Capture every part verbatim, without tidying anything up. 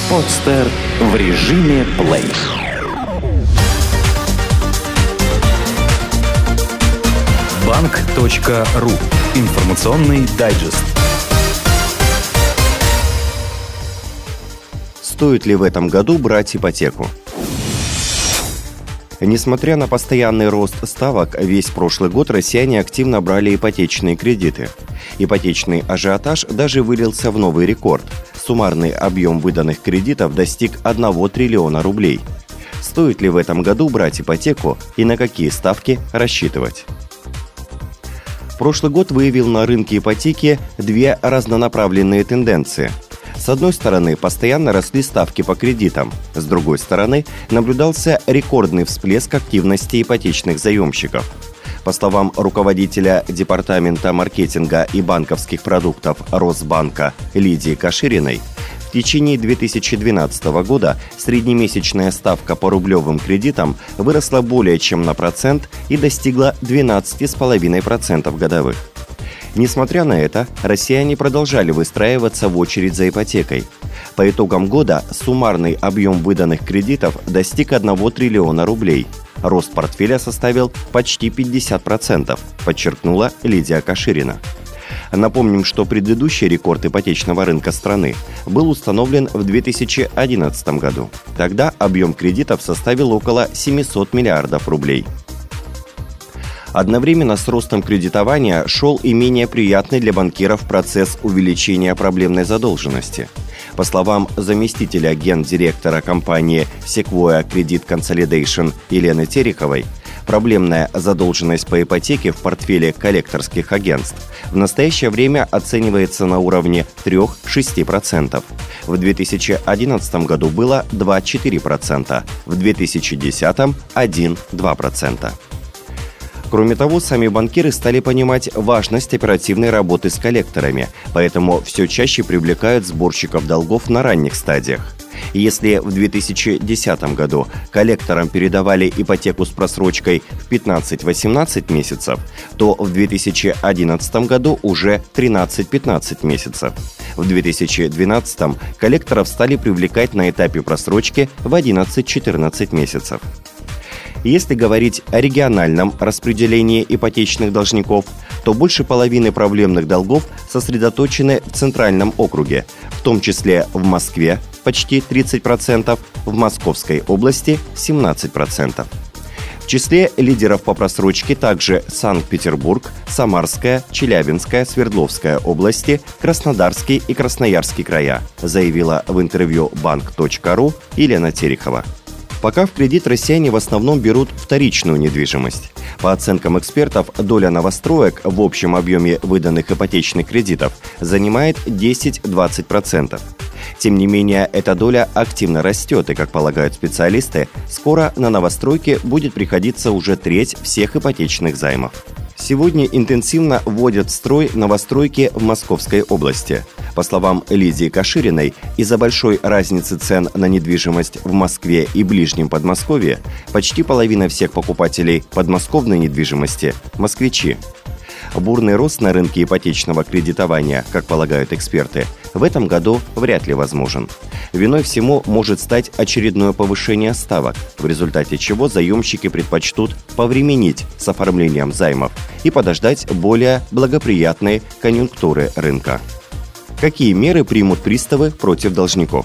Подстер в режиме плей. Банк.ру. Информационный дайджест. Стоит ли в этом году брать ипотеку? Несмотря на постоянный рост ставок, весь прошлый год россияне активно брали ипотечные кредиты. Ипотечный ажиотаж даже вылился в новый рекорд. Суммарный объем выданных кредитов достиг одного триллиона рублей. Стоит ли в этом году брать ипотеку и на какие ставки рассчитывать? Прошлый год выявил на рынке ипотеки две разнонаправленные тенденции. С одной стороны, постоянно росли ставки по кредитам. С другой стороны, наблюдался рекордный всплеск активности ипотечных заемщиков. По словам руководителя Департамента маркетинга и банковских продуктов Росбанка Лидии Кашириной, в течение две тысячи двенадцатого года среднемесячная ставка по рублевым кредитам выросла более чем на процент и достигла двенадцать целых пять десятых процента годовых. Несмотря на это, россияне продолжали выстраиваться в очередь за ипотекой. По итогам года суммарный объем выданных кредитов достиг одного триллиона рублей. Рост портфеля составил почти пятьдесят процентов, подчеркнула Лидия Каширина. Напомним, что предыдущий рекорд ипотечного рынка страны был установлен в две тысячи одиннадцатом году. Тогда объем кредитов составил около семьсот миллиардов рублей. Одновременно с ростом кредитования шел и менее приятный для банкиров процесс увеличения проблемной задолженности. По словам заместителя гендиректора компании Sequoia Credit Consolidation Елены Тереховой, проблемная задолженность по ипотеке в портфеле коллекторских агентств в настоящее время оценивается на уровне три-шесть процентов. В две тысячи одиннадцатом году было два целых четыре десятых процента, в две тысячи десятом – один целых два десятых процента. Кроме того, сами банкиры стали понимать важность оперативной работы с коллекторами, поэтому все чаще привлекают сборщиков долгов на ранних стадиях. Если в две тысячи десятом году коллекторам передавали ипотеку с просрочкой в пятнадцать-восемнадцать месяцев, то в две тысячи одиннадцатом году уже тринадцать-пятнадцать месяцев. В две тысячи двенадцатом коллекторов стали привлекать на этапе просрочки в одиннадцать-четырнадцать месяцев. Если говорить о региональном распределении ипотечных должников, то больше половины проблемных долгов сосредоточены в Центральном округе, в том числе в Москве почти тридцать процентов, в Московской области семнадцать процентов. В числе лидеров по просрочке также Санкт-Петербург, Самарская, Челябинская, Свердловская области, Краснодарский и Красноярский края, заявила в интервью Банк.ру Елена Терехова. Пока в кредит россияне в основном берут вторичную недвижимость. По оценкам экспертов, доля новостроек в общем объеме выданных ипотечных кредитов занимает десять-двадцать процентов. Тем не менее, эта доля активно растет, и, как полагают специалисты, скоро на новостройки будет приходиться уже треть всех ипотечных займов. Сегодня интенсивно вводят в строй новостройки в Московской области. По словам Лидии Кашириной, из-за большой разницы цен на недвижимость в Москве и ближнем Подмосковье почти половина всех покупателей подмосковной недвижимости – москвичи. Бурный рост на рынке ипотечного кредитования, как полагают эксперты, в этом году вряд ли возможен. Виной всему может стать очередное повышение ставок, в результате чего заемщики предпочтут повременить с оформлением займов и подождать более благоприятной конъюнктуры рынка. Какие меры примут приставы против должников?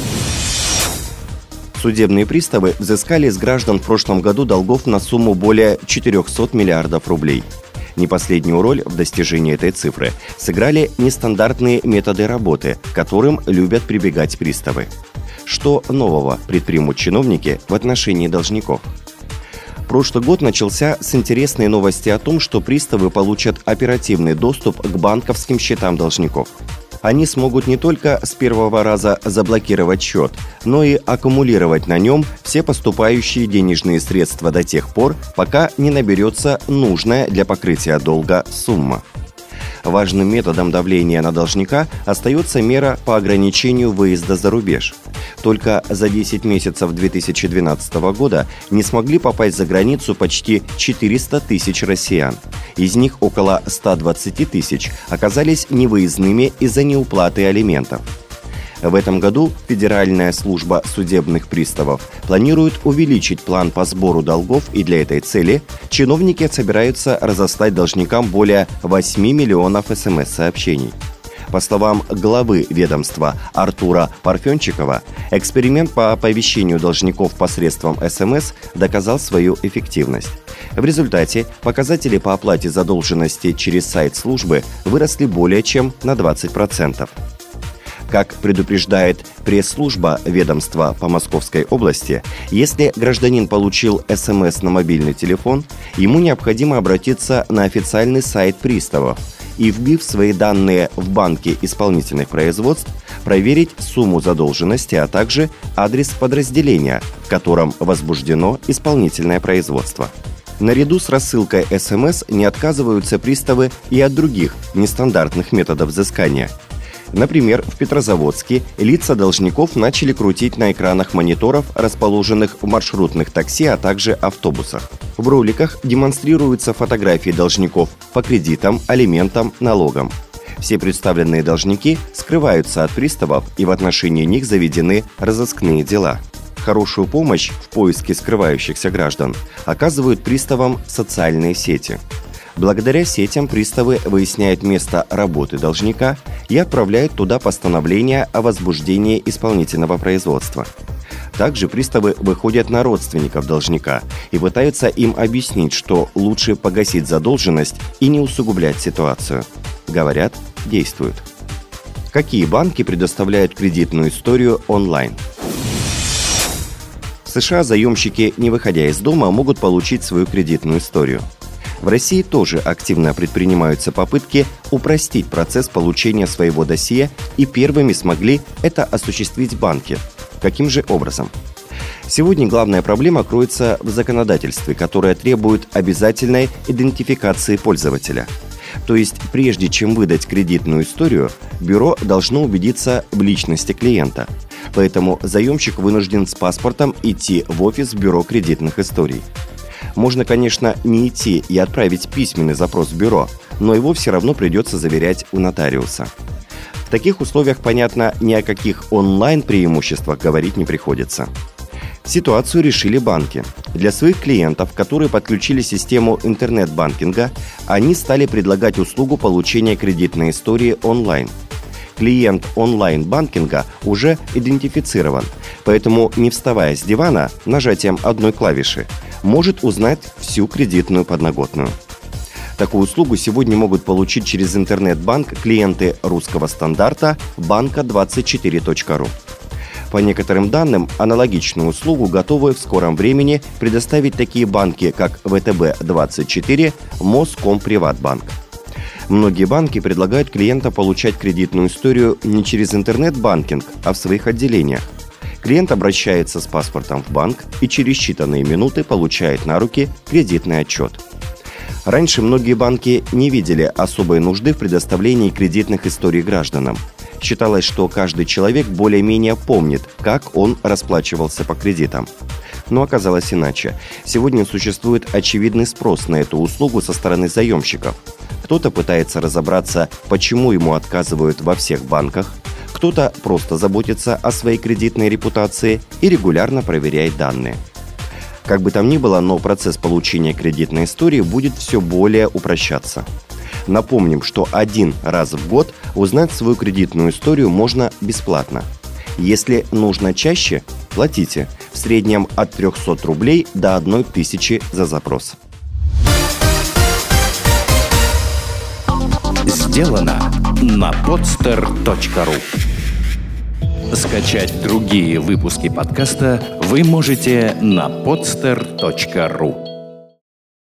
Судебные приставы взыскали с граждан в прошлом году долгов на сумму более четыреста миллиардов рублей. Не последнюю роль в достижении этой цифры сыграли нестандартные методы работы, к которым любят прибегать приставы. Что нового предпримут чиновники в отношении должников? Прошлый год начался с интересной новости о том, что приставы получат оперативный доступ к банковским счетам должников. Они смогут не только с первого раза заблокировать счет, но и аккумулировать на нем все поступающие денежные средства до тех пор, пока не наберется нужная для покрытия долга сумма. Важным методом давления на должника остается мера по ограничению выезда за рубеж. Только за десять месяцев две тысячи двенадцатого года не смогли попасть за границу почти четыреста тысяч россиян. Из них около ста двадцати тысяч оказались невыездными из-за неуплаты алиментов. В этом году Федеральная служба судебных приставов планирует увеличить план по сбору долгов, и для этой цели чиновники собираются разослать должникам более восемь миллионов эс эм эс-сообщений. По словам главы ведомства Артура Парфенчикова, эксперимент по оповещению должников посредством эс эм эс доказал свою эффективность. В результате показатели по оплате задолженности через сайт службы выросли более чем на двадцать процентов. Как предупреждает пресс-служба ведомства по Московской области, если гражданин получил эс эм эс на мобильный телефон, ему необходимо обратиться на официальный сайт приставов и, вбив свои данные в банке исполнительных производств, проверить сумму задолженности, а также адрес подразделения, в котором возбуждено исполнительное производство. Наряду с рассылкой эс эм эс не отказываются приставы и от других нестандартных методов взыскания. Например, в Петрозаводске лица должников начали крутить на экранах мониторов, расположенных в маршрутных такси, а также автобусах. В роликах демонстрируются фотографии должников по кредитам, алиментам, налогам. Все представленные должники скрываются от приставов, и в отношении них заведены розыскные дела. Хорошую помощь в поиске скрывающихся граждан оказывают приставам социальные сети. Благодаря сетям приставы выясняют место работы должника и отправляют туда постановление о возбуждении исполнительного производства. Также приставы выходят на родственников должника и пытаются им объяснить, что лучше погасить задолженность и не усугублять ситуацию. Говорят, действуют. Какие банки предоставляют кредитную историю онлайн? В США заемщики, не выходя из дома, могут получить свою кредитную историю. В России тоже активно предпринимаются попытки упростить процесс получения своего досье, и первыми смогли это осуществить банки. Каким же образом? Сегодня главная проблема кроется в законодательстве, которое требует обязательной идентификации пользователя. То есть, прежде чем выдать кредитную историю, бюро должно убедиться в личности клиента. Поэтому заемщик вынужден с паспортом идти в офис бюро кредитных историй. Можно, конечно, не идти и отправить письменный запрос в бюро, но его все равно придется заверять у нотариуса. В таких условиях, понятно, ни о каких онлайн-преимуществах говорить не приходится. Ситуацию решили банки. Для своих клиентов, которые подключили систему интернет-банкинга, они стали предлагать услугу получения кредитной истории онлайн. Клиент онлайн-банкинга уже идентифицирован, поэтому, не вставая с дивана, нажатием одной клавиши, может узнать всю кредитную подноготную. Такую услугу сегодня могут получить через интернет-банк клиенты русского стандарта банка двадцать четыре точка ру. По некоторым данным, аналогичную услугу готовы в скором времени предоставить такие банки, как вэ тэ бэ двадцать четыре, Москомприватбанк. Многие банки предлагают клиентам получать кредитную историю не через интернет-банкинг, а в своих отделениях. Клиент обращается с паспортом в банк и через считанные минуты получает на руки кредитный отчет. Раньше многие банки не видели особой нужды в предоставлении кредитных историй гражданам. Считалось, что каждый человек более-менее помнит, как он расплачивался по кредитам. Но оказалось иначе. Сегодня существует очевидный спрос на эту услугу со стороны заемщиков. Кто-то пытается разобраться, почему ему отказывают во всех банках, кто-то просто заботится о своей кредитной репутации и регулярно проверяет данные. Как бы там ни было, но процесс получения кредитной истории будет все более упрощаться. Напомним, что один раз в год узнать свою кредитную историю можно бесплатно. Если нужно чаще, платите. В среднем от триста рублей до одной тысячи за запрос. Сделано на подстер точка ру. Скачать другие выпуски подкаста вы можете на подстер точка ру.